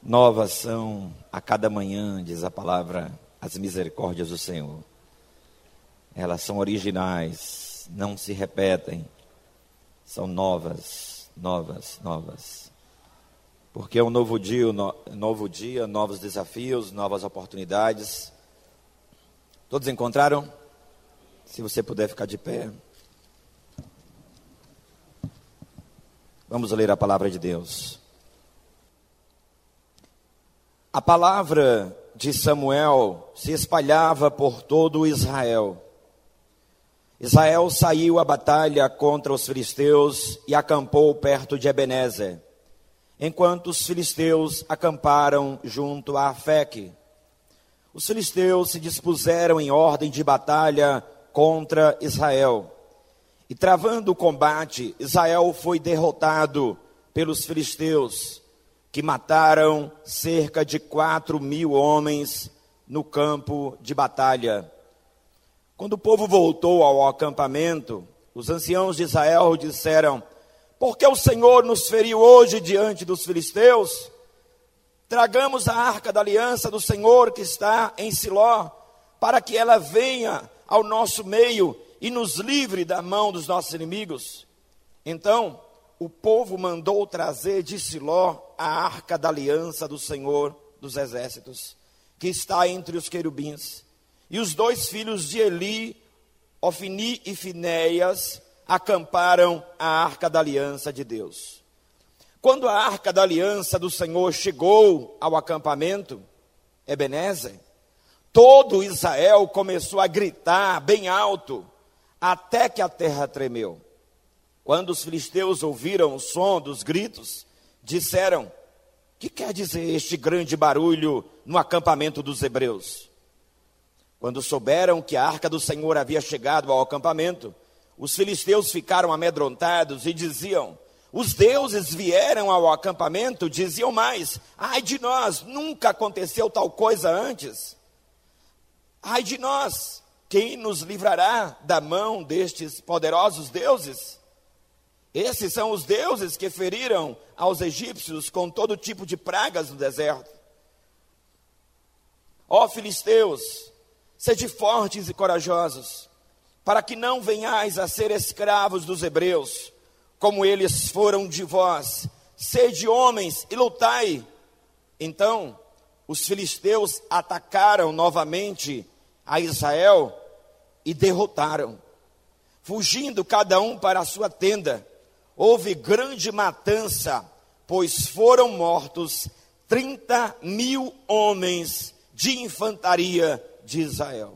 Novas são a cada manhã, diz a palavra, as misericórdias do Senhor. Elas são originais, não se repetem, são novas. Porque é um novo dia, novos desafios, novas oportunidades. Todos encontraram? Se você puder ficar de pé. Vamos ler a palavra de Deus. A palavra de Samuel se espalhava por todo Israel. Israel saiu à batalha contra os filisteus e acampou perto de Ebenezer, enquanto os filisteus acamparam junto a Afeque. Os filisteus se dispuseram em ordem de batalha contra Israel. E travando o combate, Israel foi derrotado pelos filisteus, que mataram cerca de 4.000 homens no campo de batalha. Quando o povo voltou ao acampamento, os anciãos de Israel disseram: por que o Senhor nos feriu hoje diante dos filisteus? Tragamos a arca da aliança do Senhor que está em Siló, para que ela venha ao nosso meio e nos livre da mão dos nossos inimigos. Então o povo mandou trazer de Siló a arca da aliança do Senhor dos exércitos, que está entre os querubins. E os dois filhos de Eli, Ofni e Finéias, acamparam a arca da aliança de Deus. Quando a arca da aliança do Senhor chegou ao acampamento, Ebenezer, todo Israel começou a gritar bem alto, até que a terra tremeu. Quando os filisteus ouviram o som dos gritos, disseram: que quer dizer este grande barulho no acampamento dos hebreus? Quando souberam que a arca do Senhor havia chegado ao acampamento, os filisteus ficaram amedrontados e diziam: os deuses vieram ao acampamento. Diziam mais: ai de nós, nunca aconteceu tal coisa antes. Ai de nós, quem nos livrará da mão destes poderosos deuses? Esses são os deuses que feriram aos egípcios com todo tipo de pragas no deserto. Ó filisteus, sede fortes e corajosos, para que não venhais a ser escravos dos hebreus, como eles foram de vós. Sede homens e lutai. Então os filisteus atacaram novamente a Israel e derrotaram. Fugindo cada um para a sua tenda, houve grande matança, pois foram mortos 30.000 homens de infantaria de Israel.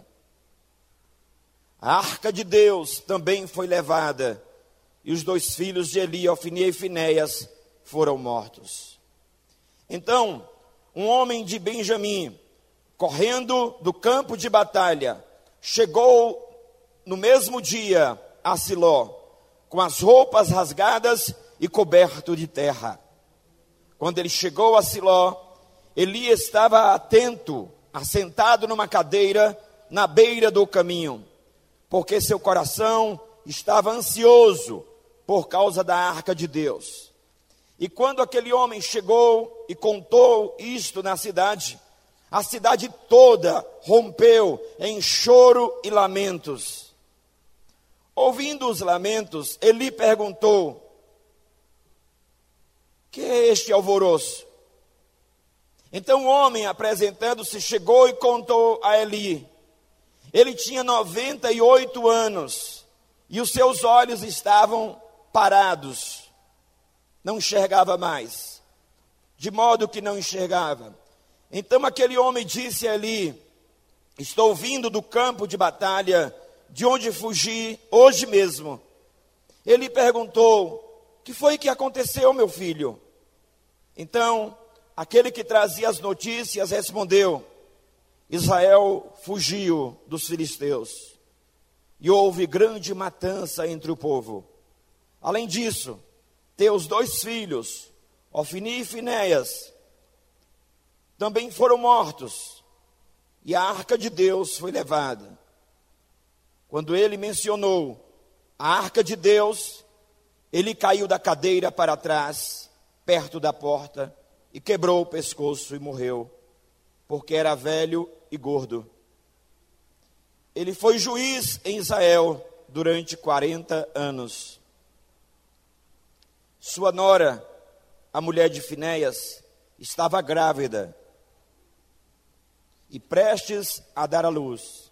A arca de Deus também foi levada, e os dois filhos de Eli, Ofni e Finéias, foram mortos. Então, um homem de Benjamim, correndo do campo de batalha, chegou no mesmo dia a Siló, com as roupas rasgadas e coberto de terra. Quando ele chegou a Siló, Eli estava atento, assentado numa cadeira na beira do caminho, porque seu coração estava ansioso por causa da arca de Deus. E quando aquele homem chegou e contou isto na cidade, a cidade toda rompeu em choro e lamentos. Ouvindo os lamentos, Eli perguntou: que é este alvoroço? Então o homem, apresentando-se, chegou e contou a Eli. Ele tinha 98 anos e os seus olhos estavam parados. Não enxergava mais, de modo que não enxergava. Então aquele homem disse a Eli: estou vindo do campo de batalha, de onde fugi hoje mesmo. Ele perguntou: que foi que aconteceu, meu filho? Então aquele que trazia as notícias respondeu: Israel fugiu dos filisteus, e houve grande matança entre o povo. Além disso, teus dois filhos, Ofni e Finéias, também foram mortos, e a arca de Deus foi levada. Quando ele mencionou a arca de Deus, ele caiu da cadeira para trás, perto da porta, e quebrou o pescoço e morreu, porque era velho e gordo. Ele foi juiz em Israel durante 40 anos. Sua nora, a mulher de Finéias, estava grávida e prestes a dar à luz.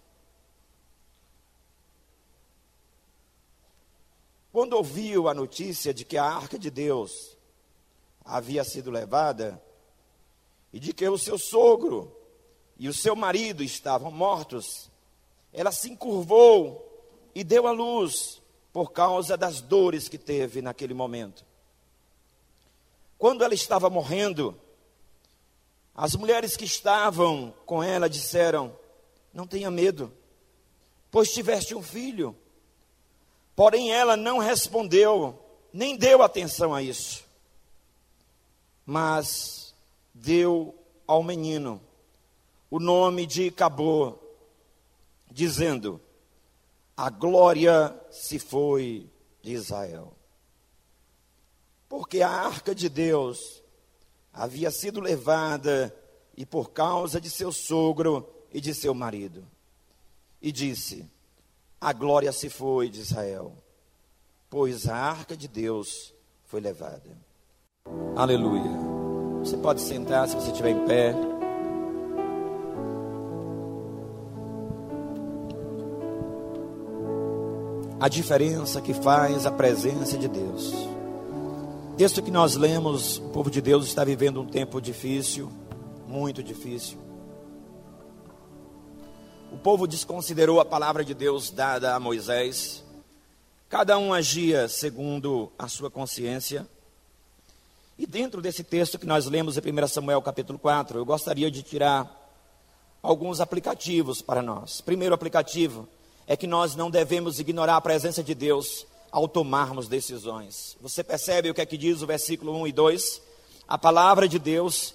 Quando ouviu a notícia de que a arca de Deus havia sido levada e de que o seu sogro e o seu marido estavam mortos, ela se encurvou e deu à luz por causa das dores que teve naquele momento. Quando ela estava morrendo, as mulheres que estavam com ela disseram: não tenha medo, pois tiveste um filho. Porém ela não respondeu, nem deu atenção a isso. Mas deu ao menino o nome de Cabô, dizendo: a glória se foi de Israel. Porque a arca de Deus havia sido levada, e por causa de seu sogro e de seu marido. E disse: a glória se foi de Israel, pois a arca de Deus foi levada. Aleluia. Você pode sentar se você estiver em pé. A diferença que faz a presença de Deus. O texto que nós lemos, o povo de Deus está vivendo um tempo difícil, muito difícil. O povo desconsiderou a palavra de Deus dada a Moisés. Cada um agia segundo a sua consciência. E dentro desse texto que nós lemos em 1 Samuel capítulo 4, eu gostaria de tirar alguns aplicativos para nós. Primeiro aplicativo é que nós não devemos ignorar a presença de Deus ao tomarmos decisões. Você percebe o que é que diz o versículo 1 e 2? A palavra de Deus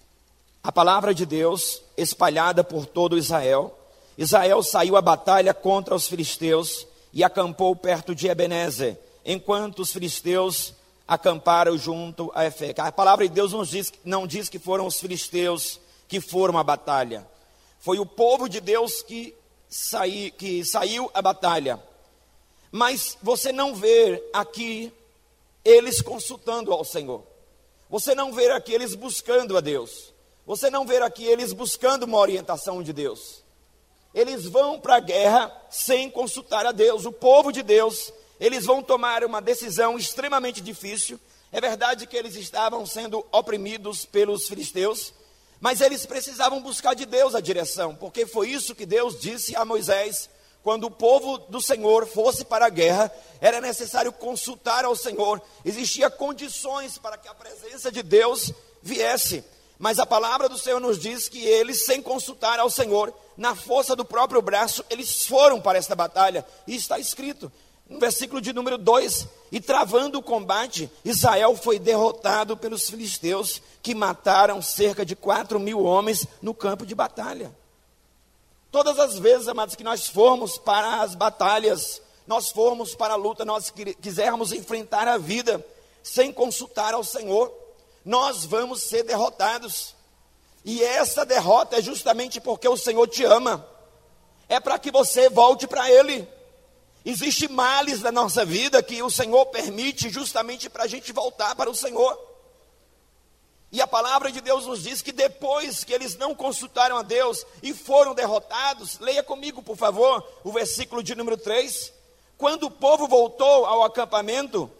espalhada por todo Israel. Israel saiu à batalha contra os filisteus e acampou perto de Ebenezer, enquanto os filisteus acamparam junto a Efeca. A palavra de Deus não diz que foram os filisteus que foram à batalha. Foi o povo de Deus que saiu à batalha. Mas você não vê aqui eles consultando ao Senhor. Você não vê aqui eles buscando a Deus. Você não vê aqui eles buscando uma orientação de Deus. Eles vão para a guerra sem consultar a Deus. O povo de Deus, eles vão tomar uma decisão extremamente difícil. É verdade que eles estavam sendo oprimidos pelos filisteus, mas eles precisavam buscar de Deus a direção, porque foi isso que Deus disse a Moisés: quando o povo do Senhor fosse para a guerra, era necessário consultar ao Senhor. Existiam condições para que a presença de Deus viesse. Mas a palavra do Senhor nos diz que eles, sem consultar ao Senhor, na força do próprio braço, eles foram para esta batalha. E está escrito no versículo de número 2: e travando o combate, Israel foi derrotado pelos filisteus, que mataram cerca de 4.000 homens no campo de batalha. Todas as vezes, amados, que nós formos para as batalhas, nós formos para a luta, nós quisermos enfrentar a vida sem consultar ao Senhor, nós vamos ser derrotados. E essa derrota é justamente porque o Senhor te ama. É para que você volte para Ele. Existem males na nossa vida que o Senhor permite justamente para a gente voltar para o Senhor. E a palavra de Deus nos diz que depois que eles não consultaram a Deus e foram derrotados, leia comigo, por favor, o versículo de número 3. Quando o povo voltou ao acampamento,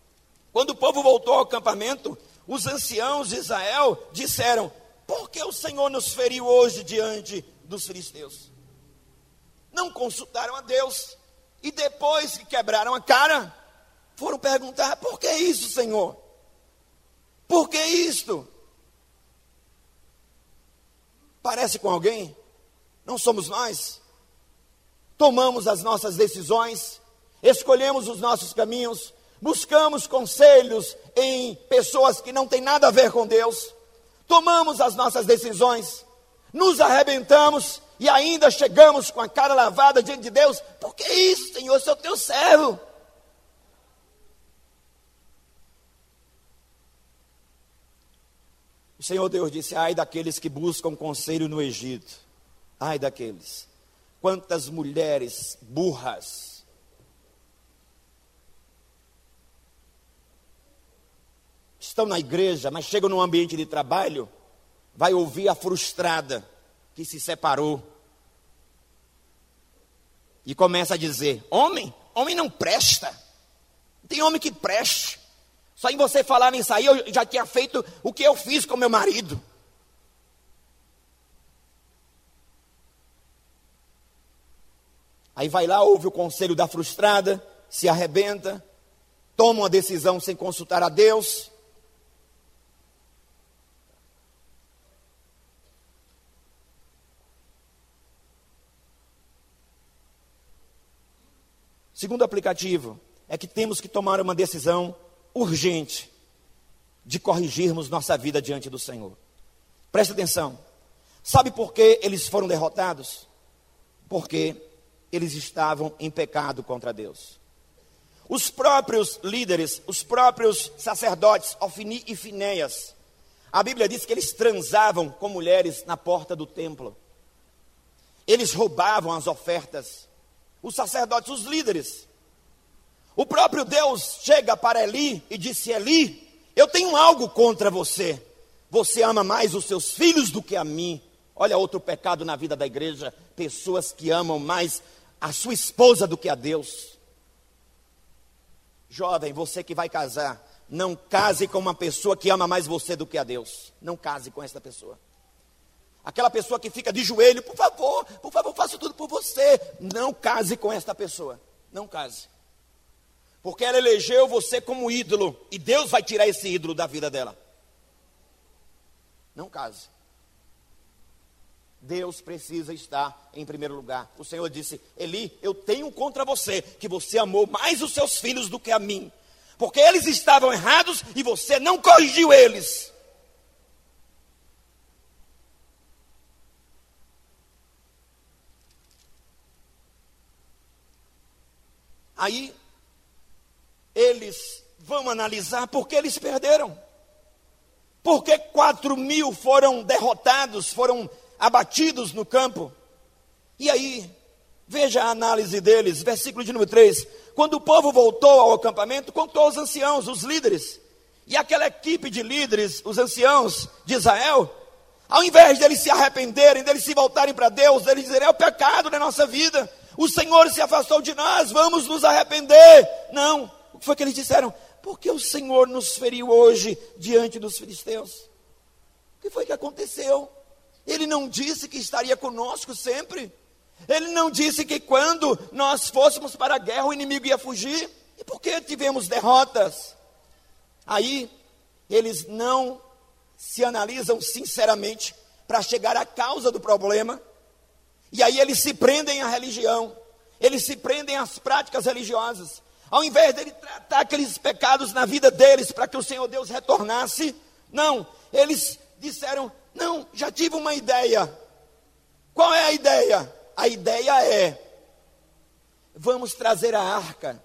os anciãos de Israel disseram: por que o Senhor nos feriu hoje diante dos filisteus? Não consultaram a Deus. E depois que quebraram a cara, foram perguntar: por que isso, Senhor? Por que isto? Parece com alguém? Não somos nós? Tomamos as nossas decisões, escolhemos os nossos caminhos, buscamos conselhos em pessoas que não têm nada a ver com Deus, tomamos as nossas decisões, nos arrebentamos e ainda chegamos com a cara lavada diante de Deus. Por que isso, Senhor? Eu sou teu servo. O Senhor Deus disse: ai daqueles que buscam conselho no Egito. Ai daqueles. Quantas mulheres burras estão na igreja, mas chegam num ambiente de trabalho, vai ouvir a frustrada que se separou e começa a dizer: homem não presta, não tem homem que preste. Só em você falar nisso aí, eu já tinha feito o que eu fiz com meu marido. Aí vai lá, ouve o conselho da frustrada, se arrebenta, toma uma decisão sem consultar a Deus. Segundo aplicativo, é que temos que tomar uma decisão urgente de corrigirmos nossa vida diante do Senhor. Presta atenção. Sabe por que eles foram derrotados? Porque eles estavam em pecado contra Deus. Os próprios líderes, os próprios sacerdotes, Ofni e Finéias, a Bíblia diz que eles transavam com mulheres na porta do templo. Eles roubavam as ofertas. Os sacerdotes, os líderes. O próprio Deus chega para Eli e disse: Eli, eu tenho algo contra você. Você ama mais os seus filhos do que a mim. Olha outro pecado na vida da igreja. Pessoas que amam mais a sua esposa do que a Deus. Jovem, você que vai casar, não case com uma pessoa que ama mais você do que a Deus. Não case com essa pessoa. Aquela pessoa que fica de joelho: por favor, faço tudo por você. Não case com esta pessoa. Não case. Porque ela elegeu você como ídolo. E Deus vai tirar esse ídolo da vida dela. Não case. Deus precisa estar em primeiro lugar. O Senhor disse: Eli, eu tenho contra você que você amou mais os seus filhos do que a mim. Porque eles estavam errados e você não corrigiu eles. Aí, eles vão analisar por que eles perderam. Por que 4.000 foram derrotados, foram abatidos no campo? E aí, veja a análise deles, versículo de número 3. Quando o povo voltou ao acampamento, contou aos anciãos, os líderes. E aquela equipe de líderes, os anciãos de Israel, ao invés deles se arrependerem, deles se voltarem para Deus, deles dizerem: é o pecado da nossa vida, o Senhor se afastou de nós, vamos nos arrepender. Não, o que foi que eles disseram? Porque o Senhor nos feriu hoje diante dos filisteus. O que foi que aconteceu? Ele não disse que estaria conosco sempre? Ele não disse que quando nós fôssemos para a guerra o inimigo ia fugir? E por que tivemos derrotas? Aí, eles não se analisam sinceramente para chegar à causa do problema. E aí eles se prendem à religião, eles se prendem às práticas religiosas. Ao invés de tratar aqueles pecados na vida deles para que o Senhor Deus retornasse, não, eles disseram: não, já tive uma ideia. Qual é a ideia? A ideia é: vamos trazer a arca.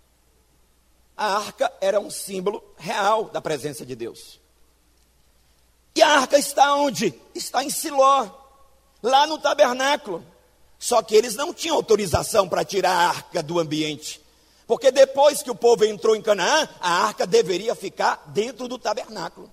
A arca era um símbolo real da presença de Deus. E a arca está onde? Está em Siló, lá no tabernáculo. Só que eles não tinham autorização para tirar a arca do ambiente. Porque depois que o povo entrou em Canaã, a arca deveria ficar dentro do tabernáculo.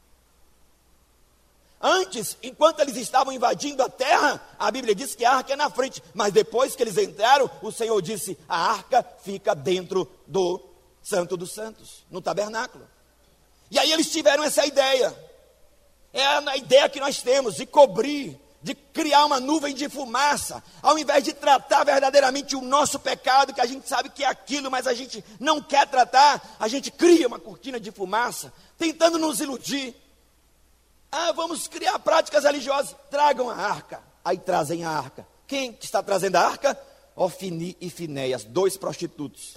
Antes, enquanto eles estavam invadindo a terra, a Bíblia diz que a arca é na frente. Mas depois que eles entraram, o Senhor disse: a arca fica dentro do Santo dos Santos, no tabernáculo. E aí eles tiveram essa ideia. É a ideia que nós temos de cobrir, de criar uma nuvem de fumaça, ao invés de tratar verdadeiramente o nosso pecado, que a gente sabe que é aquilo, mas a gente não quer tratar. A gente cria uma cortina de fumaça, tentando nos iludir. Vamos criar práticas religiosas. Tragam a arca. Aí trazem a arca. Quem está trazendo a arca? Ofni e Finéias, 2 prostitutos.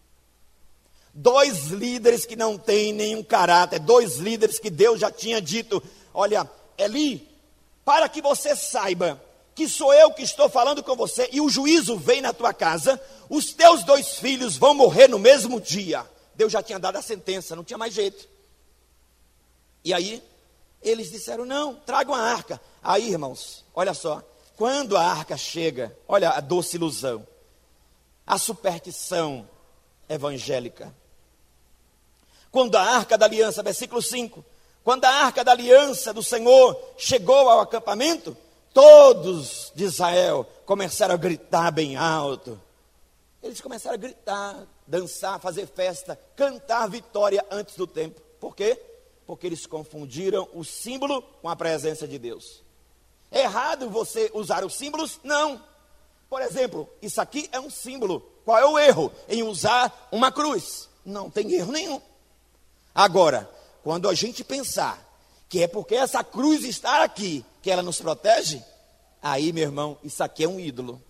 2 líderes que não têm nenhum caráter. 2 líderes que Deus já tinha dito: olha, Eli, para que você saiba que sou eu que estou falando com você e o juízo vem na tua casa, os teus 2 filhos vão morrer no mesmo dia. Deus já tinha dado a sentença, não tinha mais jeito. E aí, Eles disseram, não, tragam a arca. Aí, irmãos, olha só, quando a arca chega, olha a doce ilusão, a superstição evangélica. Quando a arca da aliança, versículo 5, quando a arca da aliança do Senhor chegou ao acampamento, todos de Israel começaram a gritar bem alto. Eles começaram a gritar, dançar, fazer festa, cantar vitória antes do tempo. Por quê? Porque eles confundiram o símbolo com a presença de Deus. É errado você usar os símbolos? Não. Por exemplo, isso aqui é um símbolo. Qual é o erro em usar uma cruz? Não tem erro nenhum. Agora, quando a gente pensar que é porque essa cruz está aqui que ela nos protege, aí, meu irmão, isso aqui é um ídolo.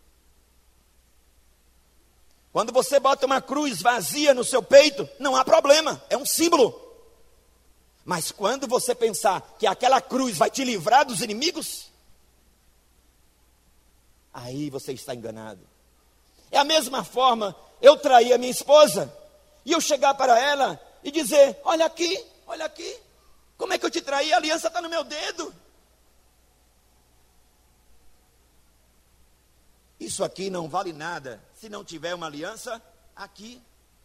Quando você bota uma cruz vazia no seu peito, não há problema, é um símbolo. Mas quando você pensar que aquela cruz vai te livrar dos inimigos, aí você está enganado. É a mesma forma, eu trair a minha esposa, e eu chegar para ela e dizer, olha aqui, como é que eu te traí? A aliança está no meu dedo. Isso aqui não vale nada se não tiver uma aliança aqui.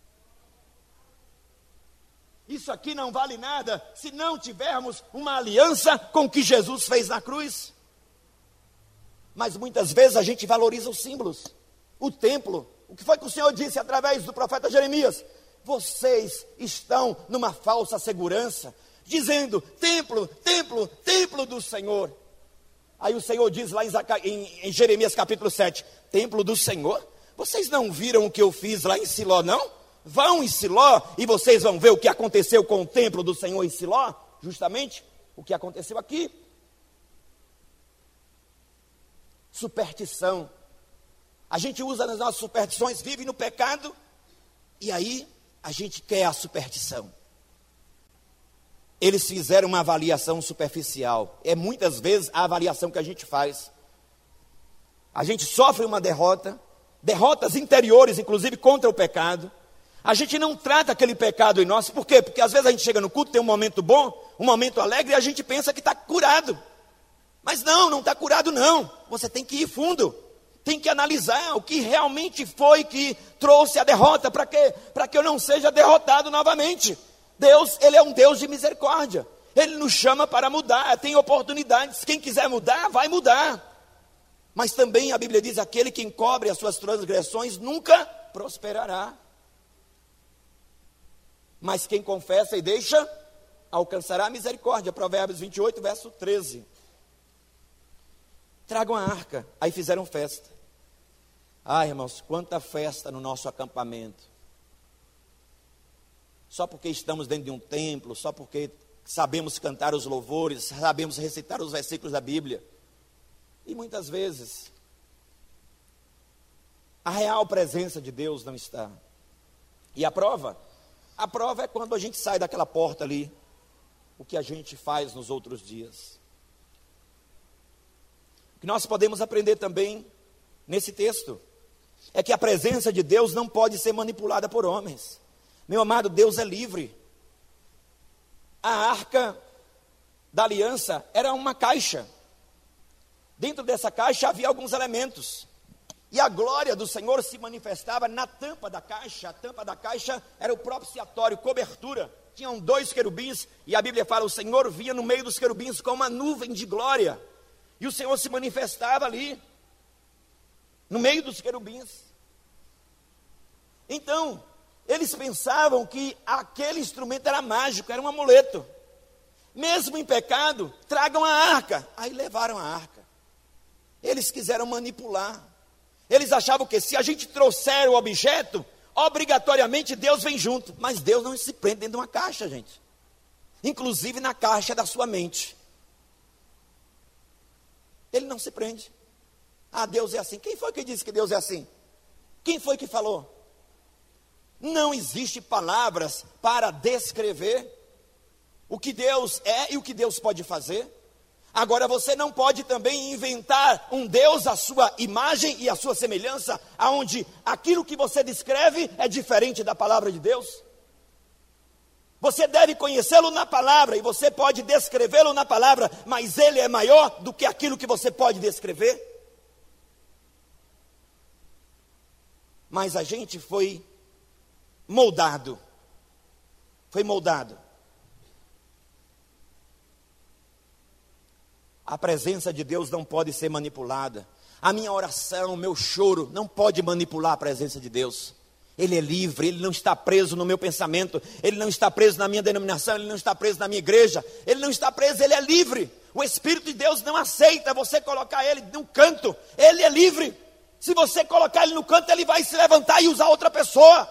Isso aqui não vale nada se não tivermos uma aliança com o que Jesus fez na cruz. Mas muitas vezes a gente valoriza os símbolos. O templo, o que foi que o Senhor disse através do profeta Jeremias? Vocês estão numa falsa segurança, dizendo, templo, templo, templo do Senhor. Aí o Senhor diz lá em Jeremias capítulo 7, templo do Senhor? Vocês não viram o que eu fiz lá em Siló, não? Vão em Siló e vocês vão ver o que aconteceu com o templo do Senhor em Siló, justamente o que aconteceu aqui. Superstição. A gente usa nas nossas superstições, vive no pecado, e aí a gente quer a superstição. Eles fizeram uma avaliação superficial. É muitas vezes a avaliação que a gente faz. A gente sofre uma derrota, derrotas interiores, inclusive contra o pecado. A gente não trata aquele pecado em nós. Por quê? Porque às vezes a gente chega no culto, tem um momento bom, um momento alegre, e a gente pensa que está curado. Mas não está curado não. Você tem que ir fundo. Tem que analisar o que realmente foi que trouxe a derrota. Para quê? Para que eu não seja derrotado novamente. Deus, Ele é um Deus de misericórdia. Ele nos chama para mudar, tem oportunidades. Quem quiser mudar, vai mudar. Mas também a Bíblia diz, aquele que encobre as suas transgressões nunca prosperará. Mas quem confessa e deixa, alcançará a misericórdia. Provérbios 28, verso 13. Tragam a arca. Aí fizeram festa. Ai, irmãos, quanta festa no nosso acampamento. Só porque estamos dentro de um templo, só porque sabemos cantar os louvores, sabemos recitar os versículos da Bíblia. E muitas vezes, a real presença de Deus não está. E a prova? A prova é quando a gente sai daquela porta ali, o que a gente faz nos outros dias. O que nós podemos aprender também nesse texto é que a presença de Deus não pode ser manipulada por homens. Meu amado, Deus é livre. A arca da aliança era uma caixa. Dentro dessa caixa havia alguns elementos. E a glória do Senhor se manifestava na tampa da caixa. A tampa da caixa era o propiciatório, cobertura. Tinham 2 querubins e a Bíblia fala, o Senhor vinha no meio dos querubins com uma nuvem de glória. E o Senhor se manifestava ali, no meio dos querubins. Então, eles pensavam que aquele instrumento era mágico, era um amuleto. Mesmo em pecado, tragam a arca. Aí levaram a arca. Eles quiseram manipular. Eles achavam que se a gente trouxer o objeto, obrigatoriamente Deus vem junto. Mas Deus não se prende dentro de uma caixa, gente. Inclusive na caixa da sua mente. Ele não se prende. Ah, Deus é assim. Quem foi que disse que Deus é assim? Quem foi que falou? Não existe palavras para descrever o que Deus é e o que Deus pode fazer. Agora você não pode também inventar um Deus à sua imagem e à sua semelhança, aonde aquilo que você descreve é diferente da palavra de Deus. Você deve conhecê-lo na palavra, e você pode descrevê-lo na palavra, mas ele é maior do que aquilo que você pode descrever. Mas a gente foi moldado. A presença de Deus não pode ser manipulada. A minha oração, o meu choro, não pode manipular a presença de Deus. Ele é livre, ele não está preso no meu pensamento, ele não está preso na minha denominação, ele não está preso na minha igreja, ele não está preso, ele é livre. O Espírito de Deus não aceita você colocar ele num canto, ele é livre. Se você colocar ele no canto, ele vai se levantar e usar outra pessoa.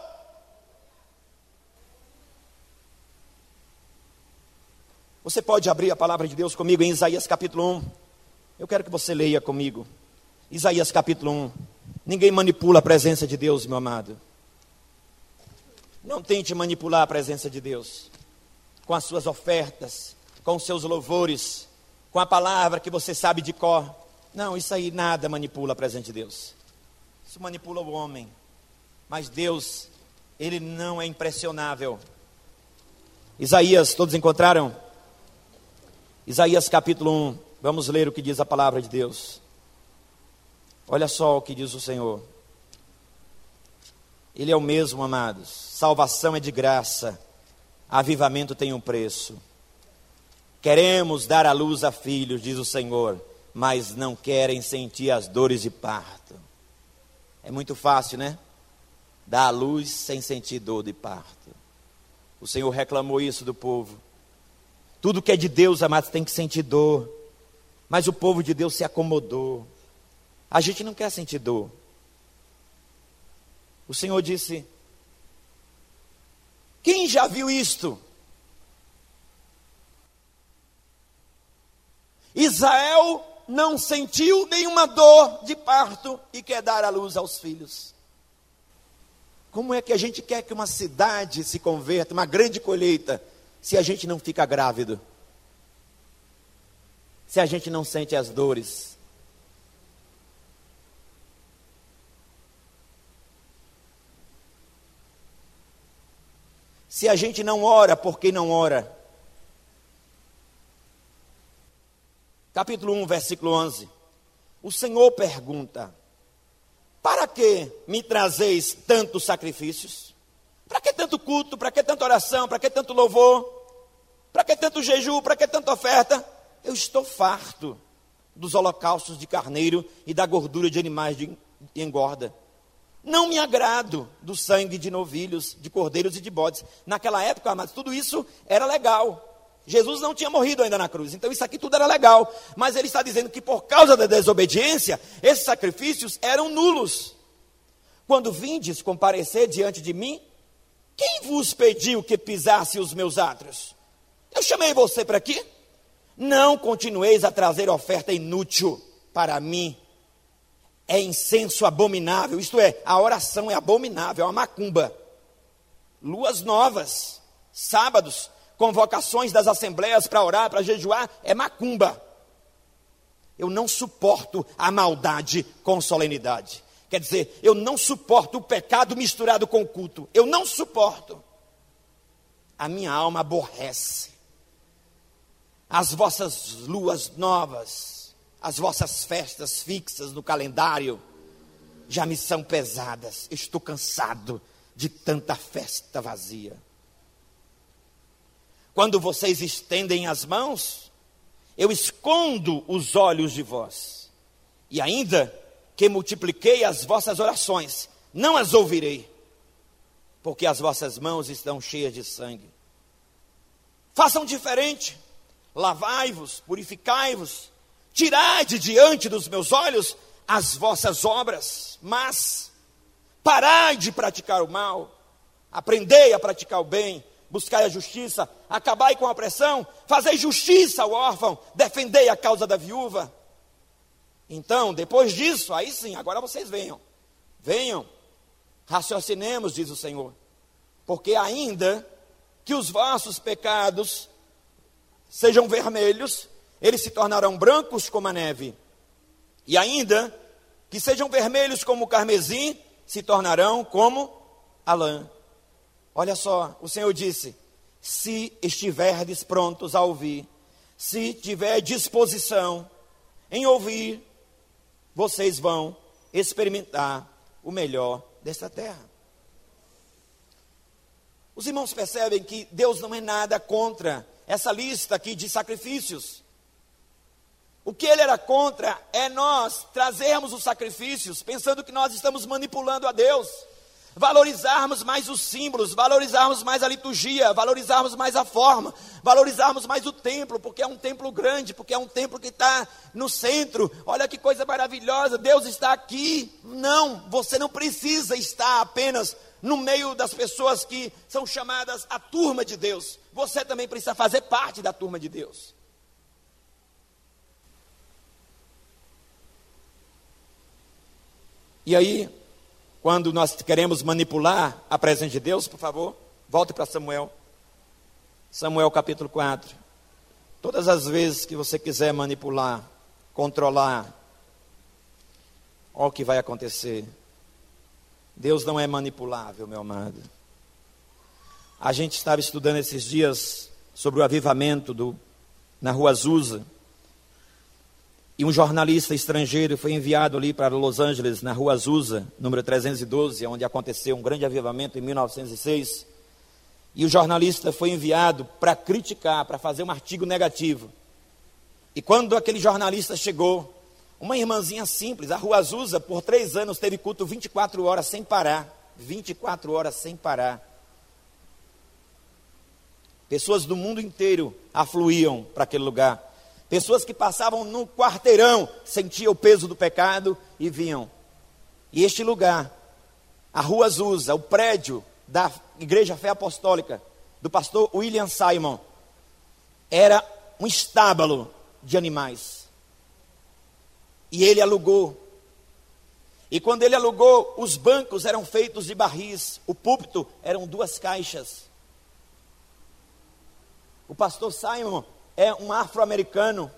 Você pode abrir a palavra de Deus comigo em Isaías capítulo 1. Eu quero que você leia comigo. Isaías capítulo 1. Ninguém manipula a presença de Deus, meu amado. Não tente manipular a presença de Deus com as suas ofertas, com os seus louvores, com a palavra que você sabe de cor. Não, isso aí nada manipula a presença de Deus. Isso manipula o homem. Mas Deus, ele não é impressionável. Isaías, todos encontraram? Isaías capítulo 1. Vamos ler o que diz a palavra de Deus. Olha só o que diz o Senhor. Ele é o mesmo, amados. Salvação é de graça. Avivamento tem um preço. Queremos dar à luz a filhos, diz o Senhor, mas não querem sentir as dores de parto. É muito fácil, né? Dar à luz sem sentir dor de parto. O Senhor reclamou isso do povo. Tudo que é de Deus, amados, tem que sentir dor. Mas o povo de Deus se acomodou. A gente não quer sentir dor. O Senhor disse: quem já viu isto? Israel não sentiu nenhuma dor de parto e quer dar à luz aos filhos. Como é que a gente quer que uma cidade se converta, uma grande colheita, se a gente não fica grávido? Se a gente não sente as dores? Se a gente não ora, por que não ora? Capítulo 1, versículo 11. O Senhor pergunta: para que me trazeis tantos sacrifícios? Para que tanto culto? Para que tanta oração? Para que tanto louvor? Para que tanto jejum? Para que tanta oferta? Eu estou farto dos holocaustos de carneiro e da gordura de animais de engorda. Não me agrado do sangue de novilhos, de cordeiros e de bodes. Naquela época, mas tudo isso era legal. Jesus não tinha morrido ainda na cruz, então isso aqui tudo era legal. Mas ele está dizendo que por causa da desobediência, esses sacrifícios eram nulos. Quando vindes comparecer diante de mim, quem vos pediu que pisasse os meus átrios? Eu chamei você para quê? Não continueis a trazer oferta inútil para mim. É incenso abominável, isto é, a oração é abominável, é uma macumba. Luas novas, sábados, convocações das assembleias para orar, para jejuar, é macumba. Eu não suporto a maldade com solenidade. Quer dizer, eu não suporto o pecado misturado com o culto. Eu não suporto. A minha alma aborrece. As vossas luas novas, as vossas festas fixas no calendário, já me são pesadas. Estou cansado de tanta festa vazia. Quando vocês estendem as mãos, eu escondo os olhos de vós. E ainda que multipliquei as vossas orações, não as ouvirei, porque as vossas mãos estão cheias de sangue. Façam diferente. Lavai-vos, purificai-vos, tirai de diante dos meus olhos as vossas obras, mas parai de praticar o mal, aprendei a praticar o bem, buscai a justiça, acabai com a opressão, fazei justiça ao órfão, defendei a causa da viúva. Então, depois disso, aí sim, agora vocês venham, raciocinemos, diz o Senhor, porque ainda que os vossos pecados sejam vermelhos, eles se tornarão brancos como a neve. E ainda que sejam vermelhos como o carmesim, se tornarão como a lã. Olha só, o Senhor disse: se estiverdes prontos a ouvir, se tiver disposição em ouvir, vocês vão experimentar o melhor desta terra. Os irmãos percebem que Deus não é nada contra essa lista aqui de sacrifícios. O que ele era contra é nós trazermos os sacrifícios pensando que nós estamos manipulando a Deus, valorizarmos mais os símbolos, valorizarmos mais a liturgia, valorizarmos mais a forma, valorizarmos mais o templo, porque é um templo grande, porque é um templo que está no centro. Olha que coisa maravilhosa, Deus está aqui. Não, você não precisa estar apenas no meio das pessoas que são chamadas a turma de Deus. Você também precisa fazer parte da turma de Deus. E aí, quando nós queremos manipular a presença de Deus, por favor, volte para Samuel. Samuel capítulo 4. Todas as vezes que você quiser manipular, controlar, olha o que vai acontecer. Deus não é manipulável, meu amado. A gente estava estudando esses dias sobre o avivamento na Rua Azusa. E um jornalista estrangeiro foi enviado ali para Los Angeles, na Rua Azusa, número 312, onde aconteceu um grande avivamento em 1906. E o jornalista foi enviado para criticar, para fazer um artigo negativo. E quando aquele jornalista chegou, uma irmãzinha simples, a Rua Azusa, por 3 anos, teve culto 24 horas sem parar. 24 horas sem parar. Pessoas do mundo inteiro afluíam para aquele lugar. Pessoas que passavam no quarteirão, sentiam o peso do pecado e vinham. E este lugar, a Rua Azusa, o prédio da Igreja Fé Apostólica, do pastor William Simon, era um estábulo de animais. E ele alugou. E quando ele alugou, os bancos eram feitos de barris, o púlpito eram 2 caixas. O pastor Simon é um afro-americano,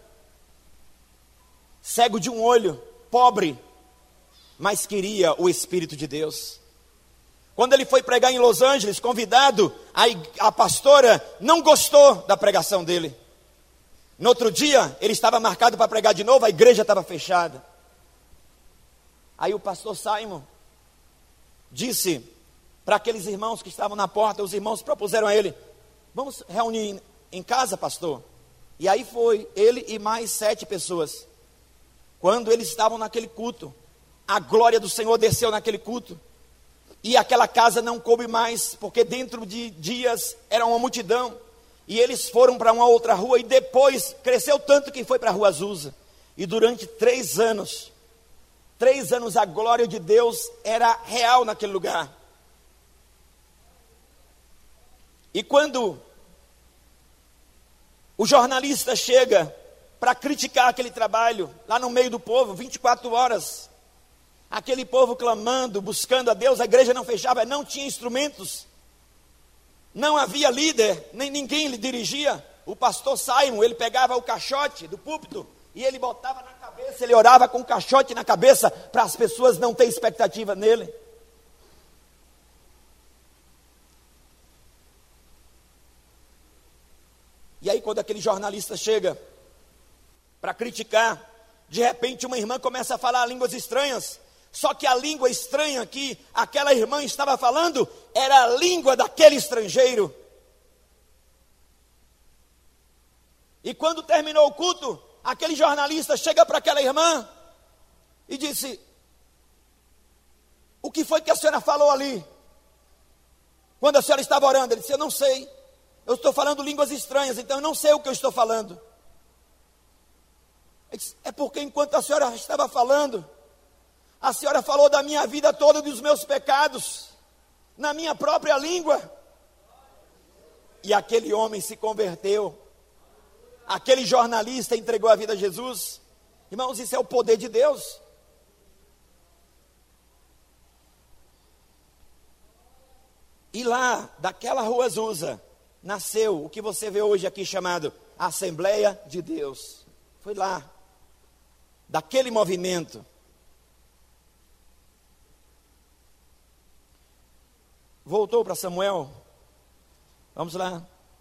cego de um olho, pobre, mas queria o Espírito de Deus. Quando ele foi pregar em Los Angeles, convidado, a pastora não gostou da pregação dele. No outro dia, ele estava marcado para pregar de novo, a igreja estava fechada. Aí o pastor Simon disse para aqueles irmãos que estavam na porta, os irmãos propuseram a ele: vamos reunir em casa, pastor? E aí foi ele e mais 7 pessoas. Quando eles estavam naquele culto, a glória do Senhor desceu naquele culto. E aquela casa não coube mais, porque dentro de dias era uma multidão. E eles foram para uma outra rua e depois cresceu tanto que foi para a Rua Azusa. E durante 3 anos, 3 anos a glória de Deus era real naquele lugar. E quando o jornalista chega para criticar aquele trabalho, lá no meio do povo, 24 horas, aquele povo clamando, buscando a Deus, a igreja não fechava, não tinha instrumentos, não havia líder, nem ninguém lhe dirigia. O pastor Simon, ele pegava o caixote do púlpito e ele botava na cabeça, ele orava com o caixote na cabeça, para as pessoas não terem expectativa nele. E aí quando aquele jornalista chega para criticar, de repente uma irmã começa a falar línguas estranhas, só que a língua estranha que aquela irmã estava falando, era a língua daquele estrangeiro. E quando terminou o culto, aquele jornalista chega para aquela irmã e disse: o que foi que a senhora falou ali? Quando a senhora estava orando, ele disse: eu não sei. Eu estou falando línguas estranhas, então eu não sei o que eu estou falando. Ele disse: é porque enquanto a senhora estava falando, a senhora falou da minha vida toda, dos meus pecados, na minha própria língua. E aquele homem se converteu. Aquele jornalista entregou a vida a Jesus. Irmãos, isso é o poder de Deus. E lá, daquela Rua Azusa, nasceu o que você vê hoje aqui chamado Assembleia de Deus. Foi lá, daquele movimento. Voltou para Samuel. Vamos lá.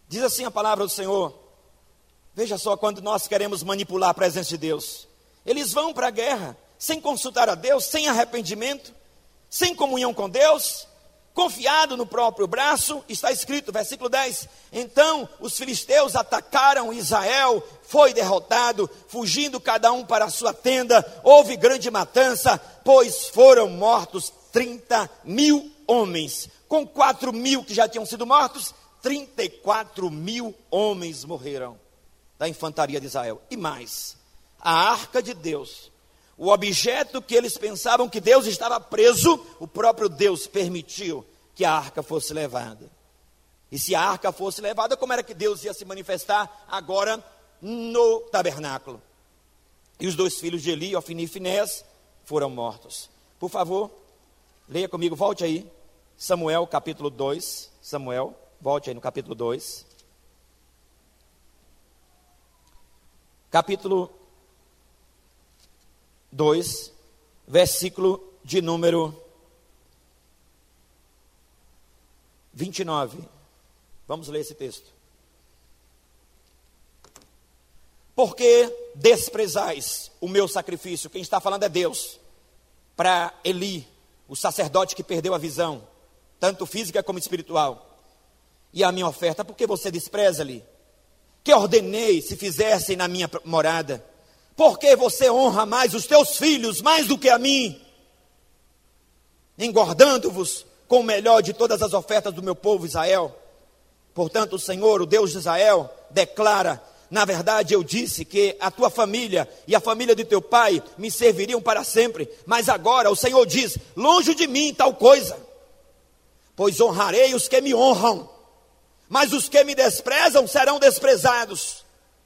Diz assim a palavra do Senhor. Veja só, quando nós queremos manipular a presença de Deus, eles vão para a guerra, sem consultar a Deus, sem arrependimento, sem comunhão com Deus, confiado no próprio braço. Está escrito, versículo 10, então os filisteus atacaram Israel, foi derrotado, fugindo cada um para a sua tenda, houve grande matança, pois foram mortos 30.000 homens, com 4.000 que já tinham sido mortos, 34.000 homens morreram da infantaria de Israel. E mais, a arca de Deus, o objeto que eles pensavam que Deus estava preso, o próprio Deus permitiu que a arca fosse levada. E se a arca fosse levada, como era que Deus ia se manifestar agora no tabernáculo? E os 2 filhos de Eli, Ofni e Finéias, foram mortos. Por favor, leia comigo, volte aí, Samuel capítulo 2, Samuel, volte aí no capítulo 2. Capítulo 2, versículo de número 29. Vamos ler esse texto. Porque desprezais o meu sacrifício? Quem está falando é Deus. Para Eli, o sacerdote que perdeu a visão, tanto física como espiritual. E a minha oferta, por que você despreza, Eli? Que ordenei se fizessem na minha morada? Porque você honra mais os teus filhos, mais do que a mim, engordando-vos com o melhor de todas as ofertas do meu povo Israel. Portanto, o Senhor, o Deus de Israel, declara: na verdade eu disse que a tua família e a família de teu pai me serviriam para sempre, mas agora o Senhor diz: longe de mim tal coisa, pois honrarei os que me honram, mas os que me desprezam serão desprezados.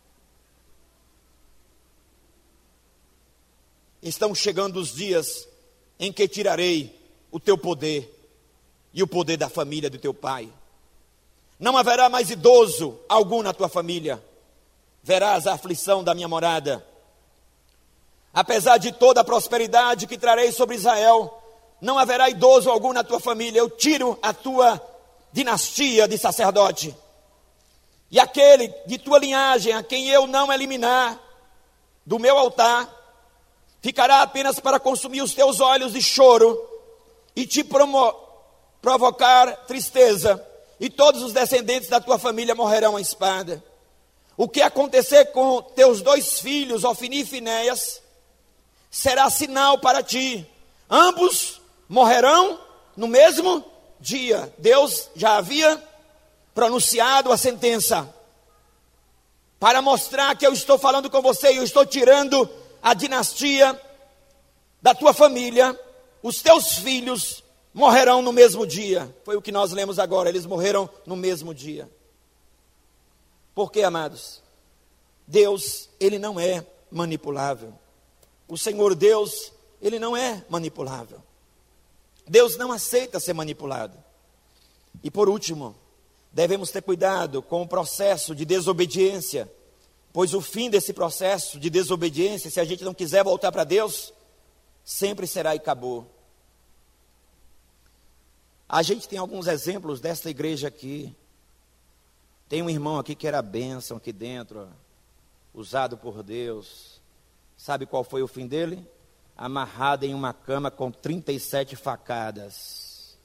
Estão chegando os dias em que tirarei o teu poder e o poder da família de teu pai. Não haverá mais idoso algum na tua família. Verás a aflição da minha morada. Apesar de toda a prosperidade que trarei sobre Israel, não haverá idoso algum na tua família. Eu tiro a tua dinastia de sacerdote. E aquele de tua linhagem, a quem eu não eliminar do meu altar, ficará apenas para consumir os teus olhos de choro e te provocar tristeza, e todos os descendentes da tua família morrerão à espada. O que acontecer com teus 2 filhos, Ofni e Finéias, será sinal para ti. Ambos morrerão no mesmo dia. Deus já havia pronunciado a sentença para mostrar que eu estou falando com você e eu estou tirando a dinastia da tua família. Os teus filhos morrerão no mesmo dia. Foi o que nós lemos agora, eles morreram no mesmo dia. Por quê, amados? Deus, Ele não é manipulável. O Senhor Deus, Ele não é manipulável. Deus não aceita ser manipulado. E por último, devemos ter cuidado com o processo de desobediência, pois o fim desse processo de desobediência, se a gente não quiser voltar para Deus, sempre será e acabou. A gente tem alguns exemplos desta igreja aqui. Tem um irmão aqui que era bênção aqui dentro, usado por Deus. Sabe qual foi o fim dele? Amarrado em uma cama com 37 facadas.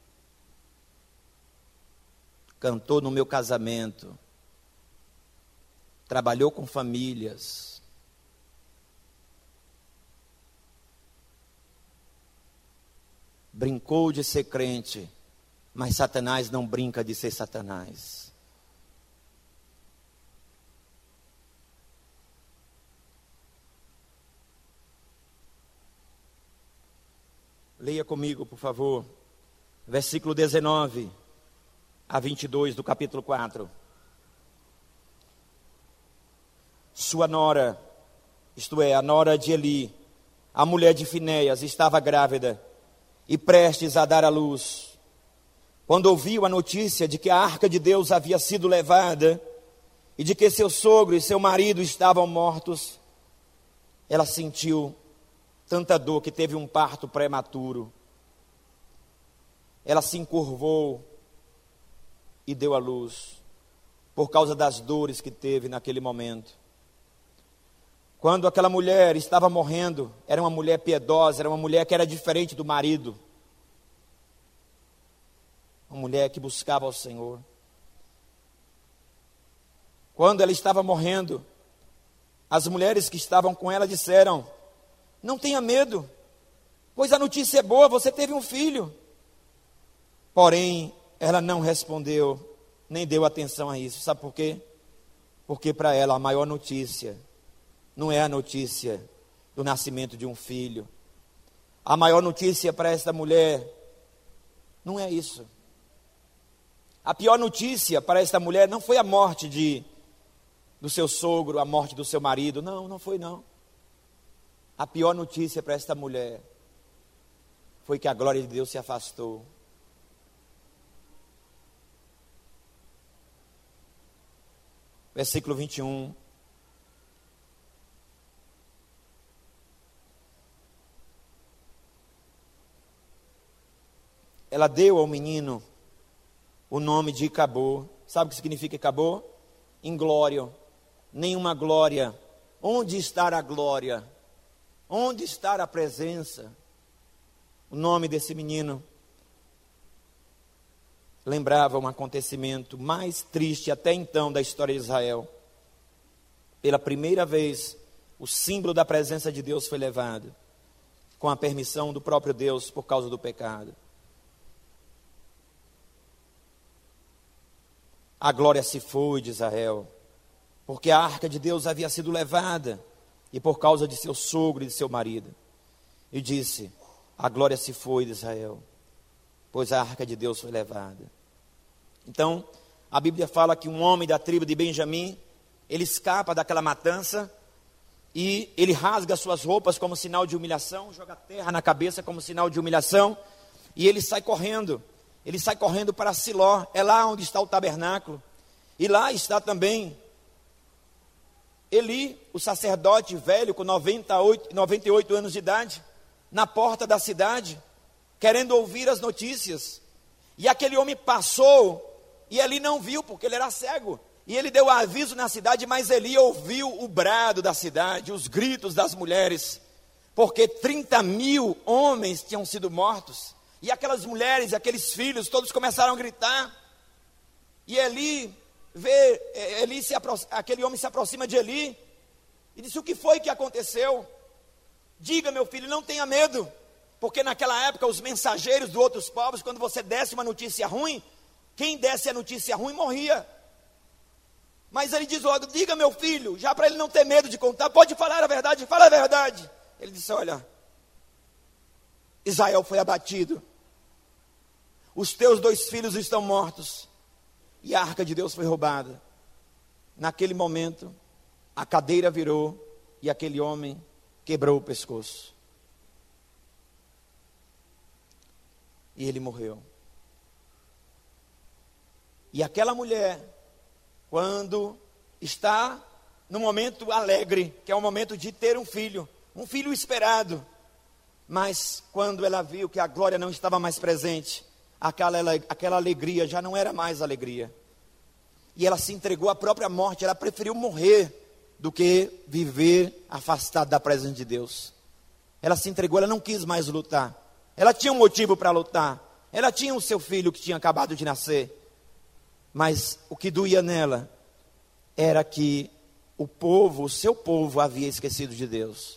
Cantou no meu casamento. Trabalhou com famílias. Brincou de ser crente, mas Satanás não brinca de ser Satanás. Leia comigo, por favor, versículo 19 a 22 do capítulo 4. Sua nora, isto é, a nora de Eli, a mulher de Finéias, estava grávida e prestes a dar à luz. Quando ouviu a notícia de que a arca de Deus havia sido levada e de que seu sogro e seu marido estavam mortos, ela sentiu tanta dor que teve um parto prematuro. Ela se encurvou e deu à luz. por causa das dores que teve naquele momento. Quando aquela mulher estava morrendo, era uma mulher piedosa, era uma mulher que era diferente do marido. Uma mulher que buscava ao Senhor. Quando ela estava morrendo, as mulheres que estavam com ela disseram: não tenha medo, pois a notícia é boa, você teve um filho. Porém, ela não respondeu, nem deu atenção a isso. Sabe por quê? Porque para ela a maior notícia não é a notícia do nascimento de um filho. A maior notícia para esta mulher não é isso. A pior notícia para esta mulher não foi a morte do seu sogro, a morte do seu marido. Não, não foi não. A pior notícia para esta mulher foi que a glória de Deus se afastou. Versículo 21. Ela deu ao menino o nome de Icabô. Sabe o que significa Icabô? Inglório. Nenhuma glória. Onde está a glória? Onde está a presença? O nome desse menino lembrava um acontecimento mais triste até então da história de Israel. Pela primeira vez, o símbolo da presença de Deus foi levado, com a permissão do próprio Deus por causa do pecado. A glória se foi de Israel, porque a arca de Deus havia sido levada, e por causa de seu sogro e de seu marido. E disse: a glória se foi de Israel, pois a arca de Deus foi levada. Então, a Bíblia fala que um homem da tribo de Benjamim, ele escapa daquela matança, e ele rasga suas roupas como sinal de humilhação, joga terra na cabeça como sinal de humilhação, e ele sai correndo. Ele sai correndo para Siló, é lá onde está o tabernáculo. E lá está também Eli, o sacerdote velho, com 98 anos de idade, na porta da cidade, querendo ouvir as notícias. E aquele homem passou, e Eli não viu, porque ele era cego. E ele deu aviso na cidade, mas Eli ouviu o brado da cidade, os gritos das mulheres, porque 30.000 homens tinham sido mortos. E aquelas mulheres, aqueles filhos, todos começaram a gritar. E Eli vê, aquele homem se aproxima de Eli e disse: o que foi que aconteceu? Diga, meu filho, não tenha medo. Porque naquela época os mensageiros de outros povos, quando você desse uma notícia ruim, quem desse a notícia ruim morria. Mas ele diz logo: diga, meu filho, já para ele não ter medo de contar, pode falar a verdade, fala a verdade. Ele disse: olha, Israel foi abatido, os teus 2 filhos estão mortos, e a arca de Deus foi roubada. Naquele momento, a cadeira virou, e aquele homem quebrou o pescoço. E ele morreu. E aquela mulher, quando está no momento alegre, que é o momento de ter um filho esperado, mas quando ela viu que a glória não estava mais presente, aquela alegria já não era mais alegria. E ela se entregou à própria morte, ela preferiu morrer do que viver afastada da presença de Deus. Ela se entregou, ela não quis mais lutar. Ela tinha um motivo para lutar. Ela tinha o seu filho que tinha acabado de nascer. Mas o que doía nela era que o seu povo havia esquecido de Deus.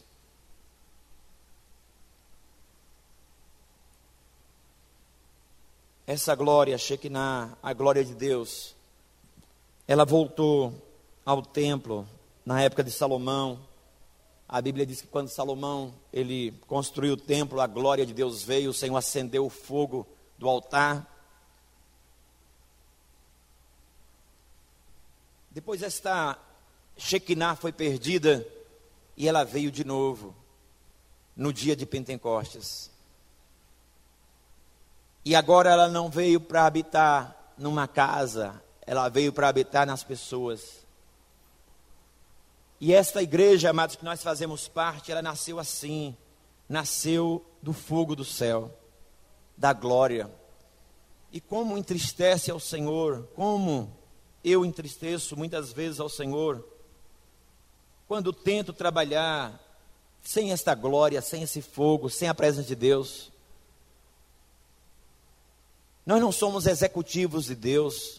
Essa glória, Shekinah, a glória de Deus, ela voltou ao templo na época de Salomão. A Bíblia diz que quando Salomão ele construiu o templo, a glória de Deus veio, o Senhor acendeu o fogo do altar. Depois esta Shekinah foi perdida e ela veio de novo no dia de Pentecostes. E agora ela não veio para habitar numa casa, ela veio para habitar nas pessoas. E esta igreja, amados, que nós fazemos parte, ela nasceu assim, nasceu do fogo do céu, da glória. E como entristece ao Senhor, como eu entristeço muitas vezes ao Senhor quando tento trabalhar sem esta glória, sem esse fogo, sem a presença de Deus. Nós não somos executivos de Deus.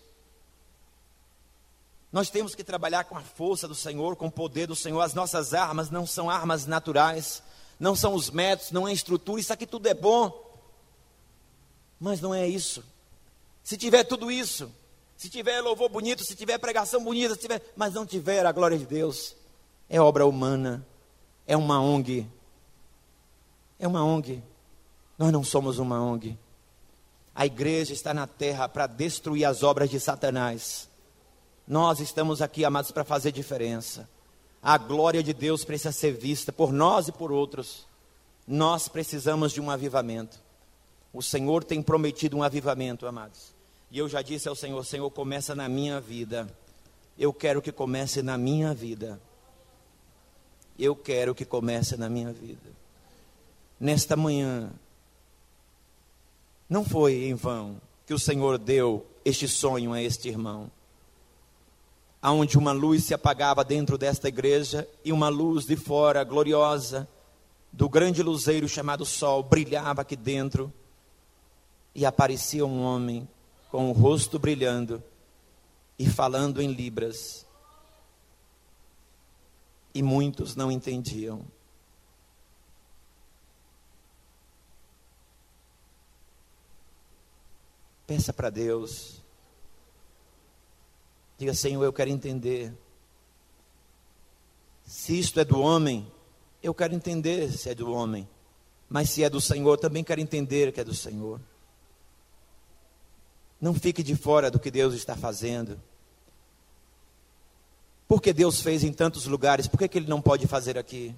Nós temos que trabalhar com a força do Senhor, com o poder do Senhor. As nossas armas não são armas naturais, não são os métodos, não é a estrutura. Isso aqui tudo é bom, mas não é isso. Se tiver tudo isso, se tiver louvor bonito, se tiver pregação bonita, mas não tiver a glória de Deus, é obra humana, é uma ONG. É uma ONG. Nós não somos uma ONG. A igreja está na terra para destruir as obras de Satanás. Nós estamos aqui, amados, para fazer diferença. A glória de Deus precisa ser vista por nós e por outros. Nós precisamos de um avivamento. O Senhor tem prometido um avivamento, amados. E eu já disse ao Senhor: Senhor, começa na minha vida. Eu quero que comece na minha vida. Eu quero que comece na minha vida. Nesta manhã, não foi em vão que o Senhor deu este sonho a este irmão, aonde uma luz se apagava dentro desta igreja e uma luz de fora, gloriosa, do grande luzeiro chamado sol, brilhava aqui dentro, e aparecia um homem com o rosto brilhando e falando em libras, e muitos não entendiam. Peça para Deus. Diga: Senhor, eu quero entender. Se isto é do homem, eu quero entender se é do homem. Mas se é do Senhor, também quero entender que é do Senhor. Não fique de fora do que Deus está fazendo. Porque Deus fez em tantos lugares, por que Ele não pode fazer aqui?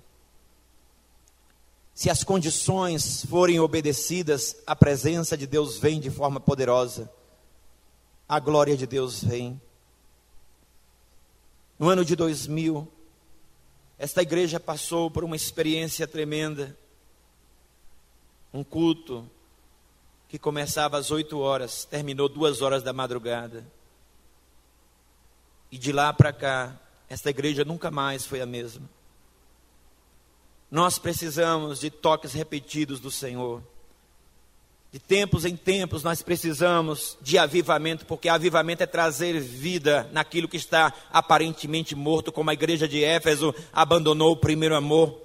Se as condições forem obedecidas, a presença de Deus vem de forma poderosa. A glória de Deus vem. No ano de 2000, esta igreja passou por uma experiência tremenda. Um culto que começava às 8 horas, terminou 2 horas da madrugada. E de lá para cá, esta igreja nunca mais foi a mesma. Nós precisamos de toques repetidos do Senhor. De tempos em tempos nós precisamos de avivamento, porque avivamento é trazer vida naquilo que está aparentemente morto, como a igreja de Éfeso abandonou o primeiro amor.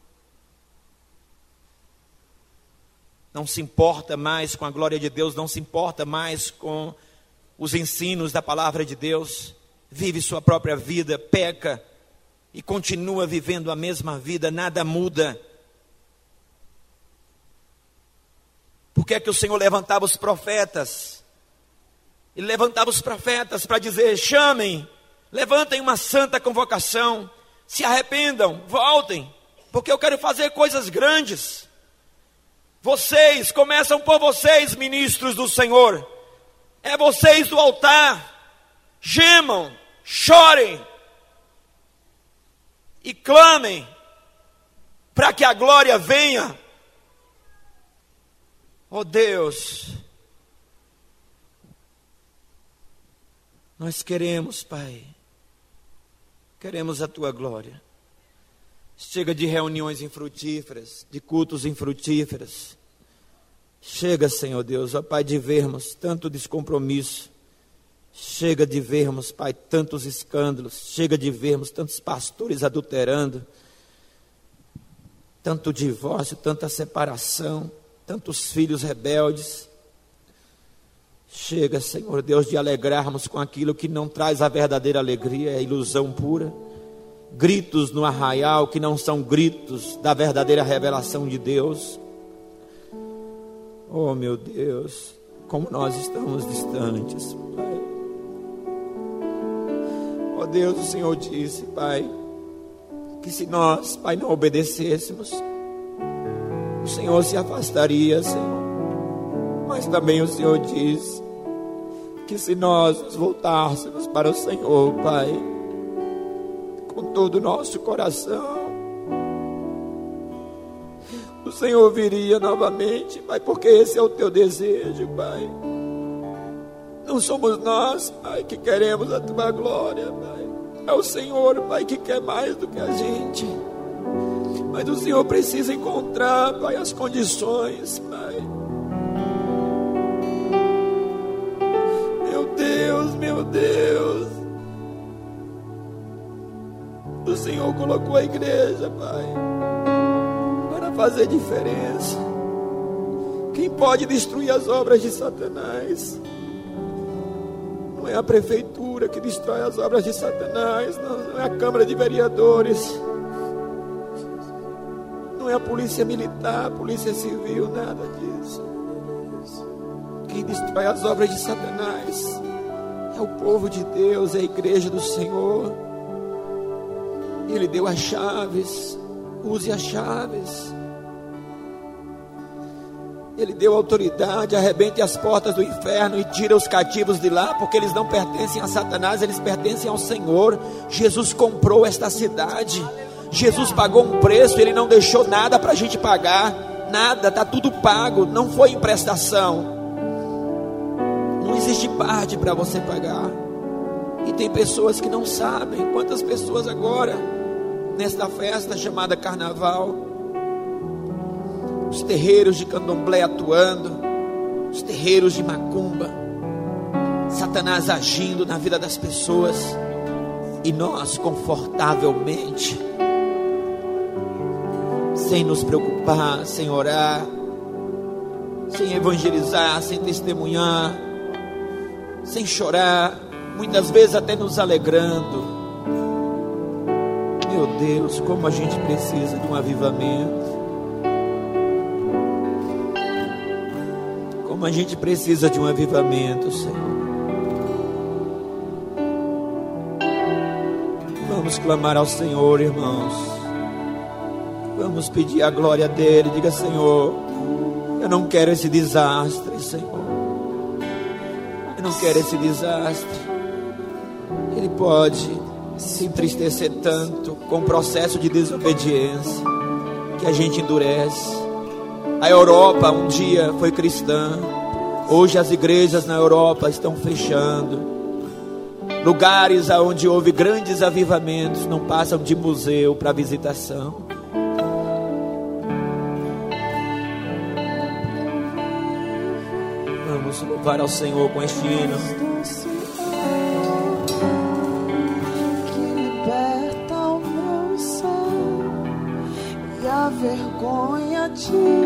Não se importa mais com a glória de Deus, não se importa mais com os ensinos da palavra de Deus. Vive sua própria vida, peca e continua vivendo a mesma vida, nada muda. Por que é que o Senhor levantava os profetas? Ele levantava os profetas para dizer: chamem, levantem uma santa convocação, se arrependam, voltem, porque eu quero fazer coisas grandes. Vocês, começam por vocês, ministros do Senhor. É vocês do altar. Gemam, chorem e clamem para que a glória venha. Oh Deus, nós queremos, Pai, queremos a Tua glória. Chega de reuniões infrutíferas, de cultos infrutíferos. Chega, Senhor Deus, ó Pai, de vermos tanto descompromisso. Chega de vermos, Pai, tantos escândalos. Chega de vermos tantos pastores adulterando. Tanto divórcio, tanta separação, tantos filhos rebeldes. Chega, Senhor Deus, de alegrarmos com aquilo que não traz a verdadeira alegria, é ilusão pura. Gritos no arraial que não são gritos da verdadeira revelação de Deus. Oh meu Deus, como nós estamos distantes, Pai. Oh Deus, o Senhor disse, Pai, que se nós, Pai, não obedecêssemos, o Senhor se afastaria, Senhor. Mas também o Senhor diz que se nós nos voltássemos para o Senhor, Pai, com todo o nosso coração, o Senhor viria novamente, Pai, porque esse é o Teu desejo, Pai. Não somos nós, Pai, que queremos a Tua glória, Pai. É o Senhor, Pai, que quer mais do que a gente. Mas o Senhor precisa encontrar, Pai, as condições, Pai. Meu Deus. O Senhor colocou a igreja, Pai, para fazer diferença. Quem pode destruir as obras de Satanás? Não é a prefeitura que destrói as obras de Satanás, não é a Câmara de Vereadores, não é a Polícia Militar, a Polícia Civil, nada disso. Quem destrói as obras de Satanás é o povo de Deus, é a igreja do Senhor. Ele deu as chaves, use as chaves. Ele deu autoridade, arrebente as portas do inferno e tira os cativos de lá, porque eles não pertencem a Satanás, eles pertencem ao Senhor. Jesus comprou esta cidade, Jesus pagou um preço, Ele não deixou nada para a gente pagar, nada, está tudo pago, não foi em prestação. Não existe parte para você pagar. E tem pessoas que não sabem. Quantas pessoas agora, nesta festa chamada Carnaval, os terreiros de candomblé atuando, os terreiros de macumba, Satanás agindo na vida das pessoas, e nós confortavelmente, sem nos preocupar, sem orar, sem evangelizar, sem testemunhar, sem chorar, muitas vezes até nos alegrando. Meu Deus, como a gente precisa de um avivamento. Como a gente precisa de um avivamento, Senhor. Vamos clamar ao Senhor, irmãos. Vamos pedir a glória dEle. Diga: Senhor, eu não quero esse desastre, Senhor. Eu não quero esse desastre. Ele pode se entristecer tanto com o processo de desobediência que a gente endurece. A Europa um dia foi cristã, hoje as igrejas na Europa estão fechando. Lugares onde houve grandes avivamentos não passam de museu para visitação. Vamos louvar ao Senhor com este hino. Vergonha de